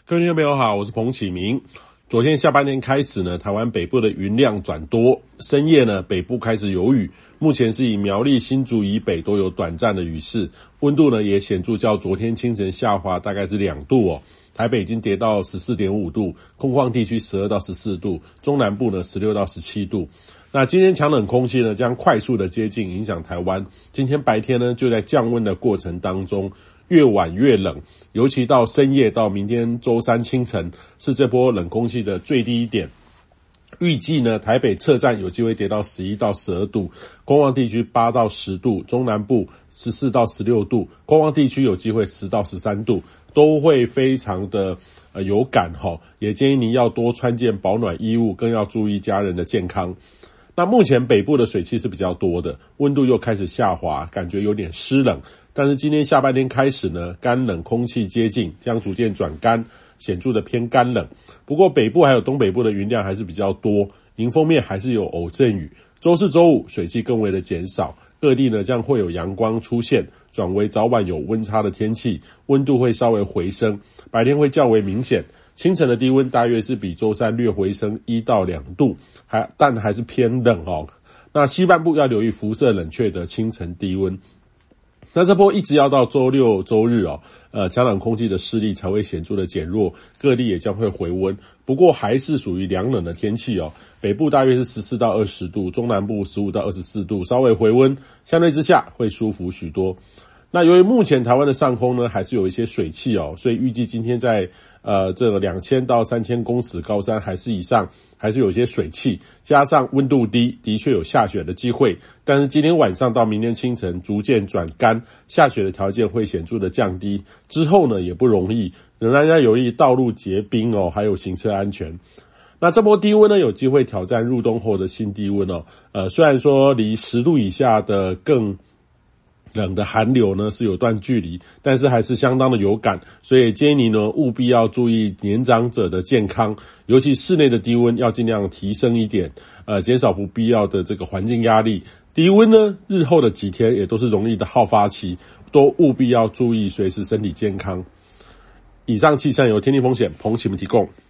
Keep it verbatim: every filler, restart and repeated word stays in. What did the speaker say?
各位听众朋友好，我是彭启明。昨天下半天开始呢，台湾北部的云量转多，深夜呢北部开始有雨，目前是以苗栗、新竹以北都有短暂的雨势，温度呢也显著较昨天清晨下滑大概是两度哦。台北已经跌到 十四点五 度，空旷地区十二到十四度，中南部呢十六到十七度。那今天强冷空气呢将快速的接近影响台湾，今天白天呢就在降温的过程当中，越晚越冷，尤其到深夜到明天周三清晨是这波冷空气的最低点。预计呢台北侧站有机会跌到十一到十二度，空旷地区八到十度，中南部十四到十六度，空旷地区有机会十到十三度，都会非常的呃有感齁，也建议您要多穿件保暖衣物，更要注意家人的健康。那目前北部的水汽是比较多的，温度又开始下滑，感觉有点湿冷。但是今天下半天开始呢，干冷空气接近，将逐渐转干，显著的偏干冷。不过北部还有东北部的云量还是比较多，迎风面还是有偶阵雨。周四周五水汽更为的减少，各地呢将会有阳光出现，转为早晚有温差的天气，温度会稍微回升，白天会较为明显。清晨的低温大约是比周三略回升一到两度，还但还是偏冷哦。那西半部要留意辐射冷却的清晨低温。那这波一直要到周六周日哦，呃，强冷空气的势力才会显著的减弱，各地也将会回温。不过还是属于凉冷的天气哦。北部大约是十四到二十度，中南部十五到二十四度，稍微回温，相对之下会舒服许多。那由于目前台湾的上空呢还是有一些水汽哦，所以预计今天在呃这个两千到三千公尺高山还是以上还是有一些水汽，加上温度低，的确有下雪的机会。但是今天晚上到明天清晨逐渐转干，下雪的条件会显著的降低，之后呢也不容易，仍然要留意道路结冰哦，还有行车安全。那这波低温呢有机会挑战入冬后的新低温哦，呃虽然说离十度以下的更冷的寒流呢是有段距离，但是还是相当的有感，所以建议你呢务必要注意年长者的健康，尤其室内的低温要尽量提升一点，呃，减少不必要的这个环境压力。低温呢，日后的几天也都是容易的好发期，都务必要注意，随时身体健康。以上气象由天气风险彭启明提供。